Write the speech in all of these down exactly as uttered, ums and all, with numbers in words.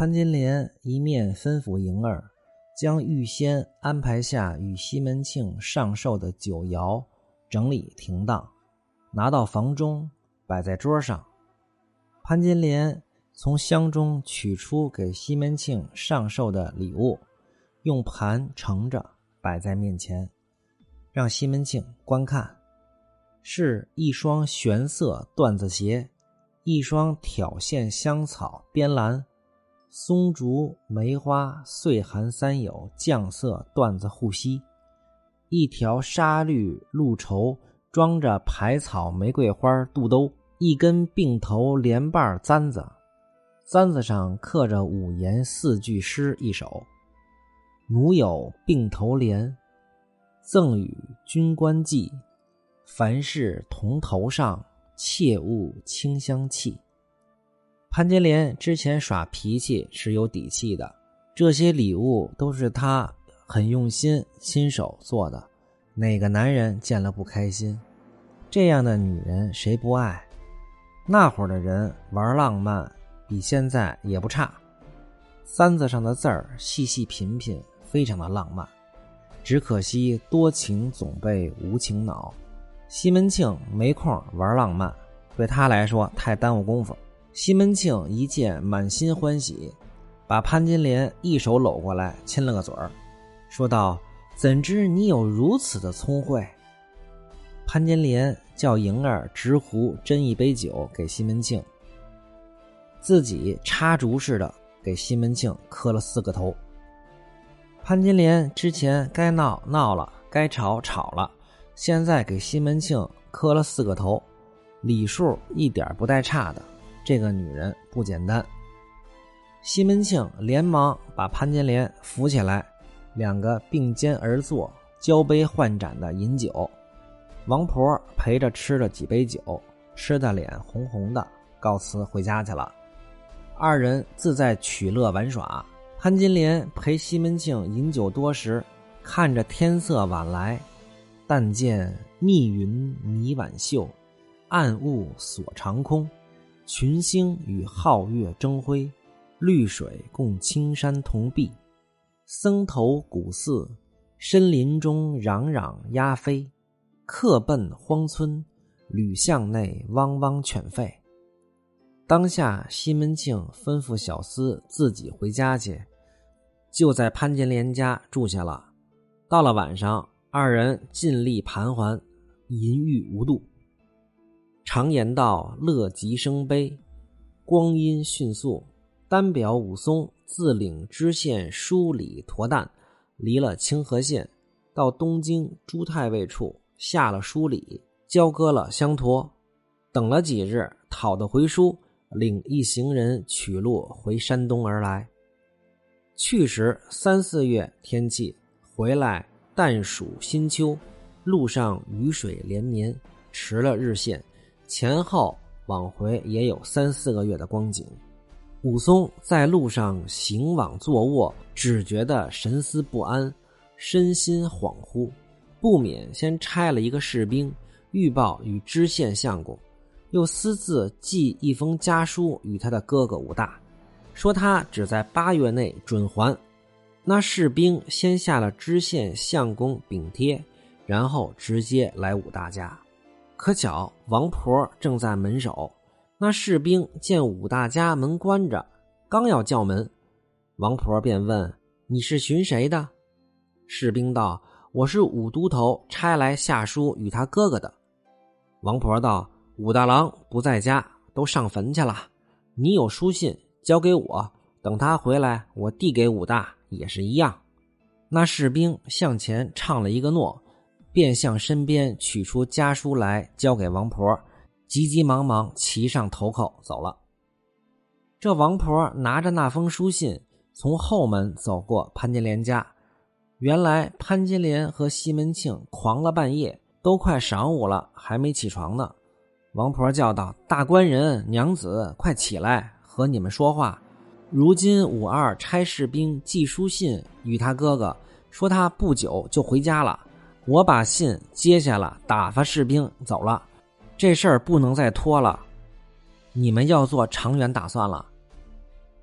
潘金莲一面吩咐莹儿将预先安排下与西门庆上寿的酒肴整理停当，拿到房中摆在桌上。潘金莲从箱中取出给西门庆上寿的礼物，用盘盛着摆在面前，让西门庆观看。是一双玄色缎子鞋，一双挑线香草边蓝，松竹梅花岁寒三友酱色缎子护膝，一条纱绿鹿绸装着排草玫瑰花肚兜，一根并头莲瓣簪子，簪子上刻着五言四句诗一首：奴有并头莲，赠与君官寄，凡事同头上，切勿清香气。潘金莲之前耍脾气是有底气的，这些礼物都是她很用心亲手做的，哪个男人见了不开心？这样的女人谁不爱？那会儿的人玩浪漫比现在也不差，簪子上的字儿细细品品，非常的浪漫。只可惜多情总被无情恼，西门庆没空玩浪漫，对他来说太耽误功夫。西门庆一见满心欢喜，把潘金莲一手搂过来亲了个嘴儿，说道：怎知你有如此的聪慧？潘金莲叫莹儿执壶斟一杯酒给西门庆，自己插竹似的给西门庆磕了四个头。潘金莲之前该闹闹了，该吵吵了，现在给西门庆磕了四个头，礼数一点不带差的，这个女人不简单。西门庆连忙把潘金莲扶起来，两个并肩而坐，交杯换盏的饮酒。王婆陪着吃了几杯酒，吃的脸红红的，告辞回家去了。二人自在取乐玩耍，潘金莲陪西门庆饮酒多时，看着天色晚来，但见密云迷晚袖，暗雾锁长空，群星与皓月争辉，绿水共青山同碧，僧头古寺，深林中攘攘鸦飞，客奔荒村，旅巷内汪汪犬吠。当下西门庆吩咐小厮自己回家去，就在潘金莲家住下了。到了晚上，二人尽力盘桓，淫欲无度。常言道：乐极生悲，光阴迅速。单表武松自领知县书理驮担，离了清河县，到东京朱太尉处下了书理，交割了香驼。等了几日，讨得回书，领一行人取路回山东而来。去时三四月天气，回来淡暑新秋，路上雨水连绵，迟了日限，前后往回也有三四个月的光景。武松在路上行往坐卧，只觉得神思不安，身心恍惚，不免先差了一个士兵预报与知县相公，又私自寄一封家书与他的哥哥武大，说他只在八月内准还。那士兵先下了知县相公禀贴，然后直接来武大家。可巧王婆正在门首，那士兵见武大家门关着，刚要叫门，王婆便问：你是寻谁的？士兵道：我是武都头差来下书与他哥哥的。王婆道：武大郎不在家，都上坟去了，你有书信交给我，等他回来我递给武大也是一样。那士兵向前唱了一个诺，便向身边取出家书来交给王婆，急急忙忙骑上头扣走了。这王婆拿着那封书信从后门走过潘金莲家，原来潘金莲和西门庆狂了半夜，都快晌午了还没起床呢。王婆叫道：大官人娘子，快起来，和你们说话。如今武二差士兵寄书信与他哥哥，说他不久就回家了，我把信接下了，打发士兵走了，这事儿不能再拖了，你们要做长远打算了。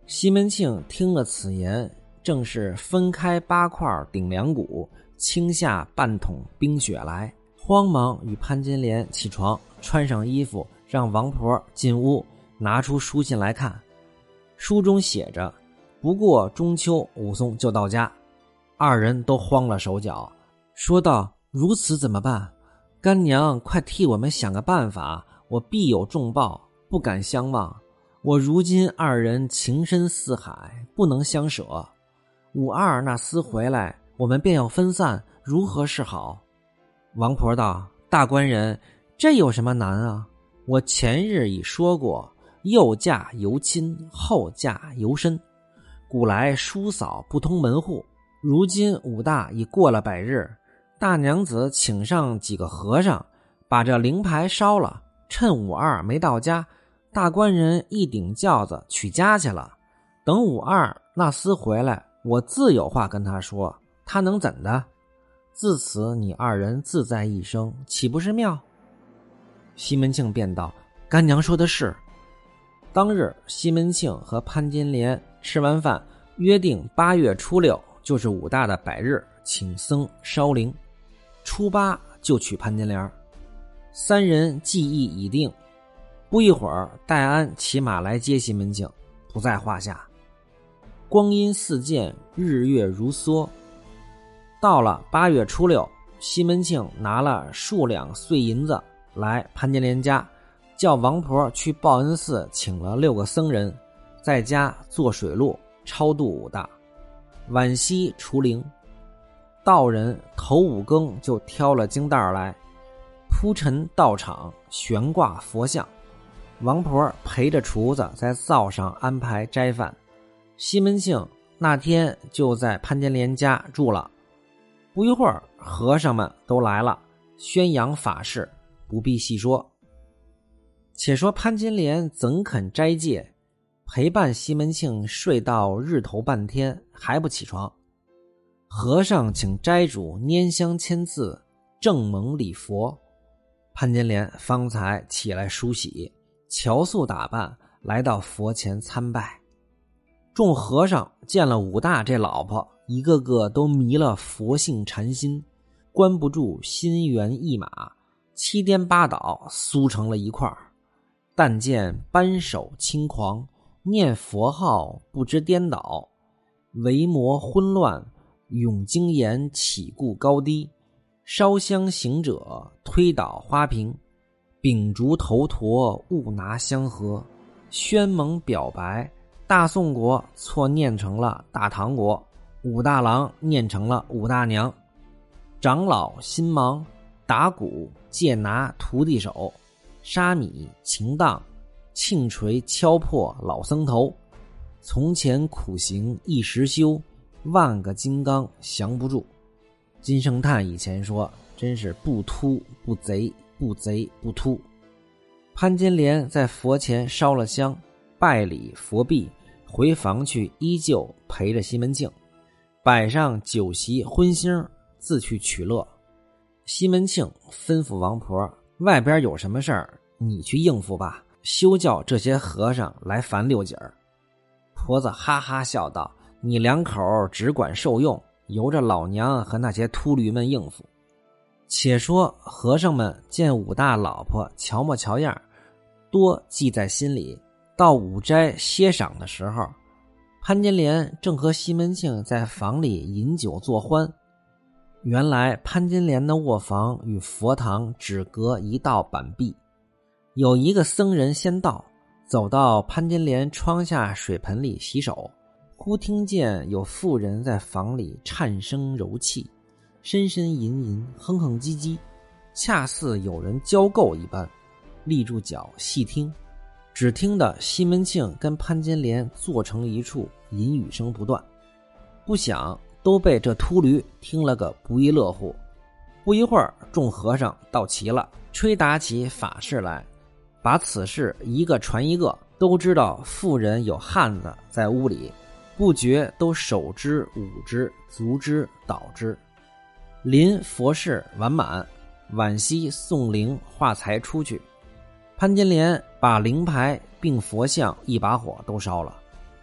西门庆听了此言，正是分开八块顶梁骨，倾下半桶冰雪来，慌忙与潘金莲起床，穿上衣服，让王婆进屋，拿出书信来看。书中写着：不过中秋，武松就到家。二人都慌了手脚，说道：如此怎么办？干娘快替我们想个办法，我必有重报，不敢相忘。我如今二人情深似海，不能相舍。五二那厮回来，我们便要分散，如何是好？王婆道：大官人，这有什么难啊？我前日已说过，右嫁由亲，后嫁由身。古来叔嫂不通门户，如今武大已过了百日，大娘子请上几个和尚，把这灵牌烧了，趁五二没到家，大官人一顶轿子取家去了。等五二那厮回来，我自有话跟他说，他能怎的？自此你二人自在一生，岂不是妙？西门庆便道：干娘说的是。当日西门庆和潘金莲吃完饭，约定八月初六就是武大的百日，请僧烧灵，初八就娶潘金莲。三人计议已定。不一会儿，戴安骑马来接西门庆，不在话下。光阴似箭，日月如梭。到了八月初六，西门庆拿了数两碎银子来潘金莲家，叫王婆去报恩寺请了六个僧人，在家做水路超度武大。晚夕除灵，道人头五更就挑了经袋来，铺陈道场，悬挂佛像。王婆陪着厨子在灶上安排斋饭。西门庆那天就在潘金莲家住了。不一会儿，和尚们都来了，宣扬法事，不必细说。且说潘金莲怎肯斋戒，陪伴西门庆睡到日头半天还不起床。和尚请斋主拈香签字，正蒙礼佛。潘金莲方才起来梳洗，乔素打扮，来到佛前参拜。众和尚见了武大这老婆，一个个都迷了佛性禅心，关不住心猿意马，七颠八倒，酥成了一块。但见扳手轻狂，念佛号不知颠倒，维摩昏乱，咏经言起顾高低，烧香行者推倒花瓶，秉烛头陀勿拿香盒，宣蒙表白，大宋国错念成了大唐国，武大郎念成了武大娘。长老心忙，打鼓借拿徒弟手，沙米情荡，磬锤敲破老僧头。从前苦行一时休，万个金刚降不住。金圣叹以前说，真是不秃不贼，不贼不秃。潘金莲在佛前烧了香，拜礼佛毕，回房去依旧陪着西门庆，摆上酒席荤腥，自去取乐。西门庆吩咐王婆，外边有什么事儿你去应付吧，休叫这些和尚来烦六姐儿。婆子哈哈笑道：你两口只管受用，由着老娘和那些秃驴们应付。且说和尚们见武大老婆瞧模瞧样，多记在心里。到午斋歇晌的时候，潘金莲正和西门庆在房里饮酒作欢。原来潘金莲的卧房与佛堂只隔一道板壁，有一个僧人先到，走到潘金莲窗下水盆里洗手，忽听见有妇人在房里颤声柔气，呻呻吟吟，哼哼唧唧，恰似有人交媾一般。立住脚细听，只听得西门庆跟潘金莲坐成一处，淫语声不断。不想都被这秃驴听了个不亦乐乎。不一会儿，众和尚到齐了，吹打起法事来，把此事一个传一个，都知道妇人有汉子在屋里，不觉都手之舞之足之蹈之。临佛事完满，晚夕送灵化财出去。潘金莲把灵牌并佛像一把火都烧了。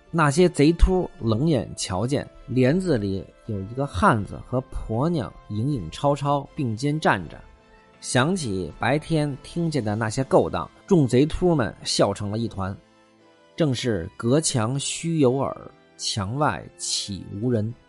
那些贼秃冷眼瞧见帘子里有一个汉子和婆娘影影绰绰并肩站着，想起白天听见的那些勾当，众贼秃们笑成了一团。正是隔墙须有耳，墙外岂无人。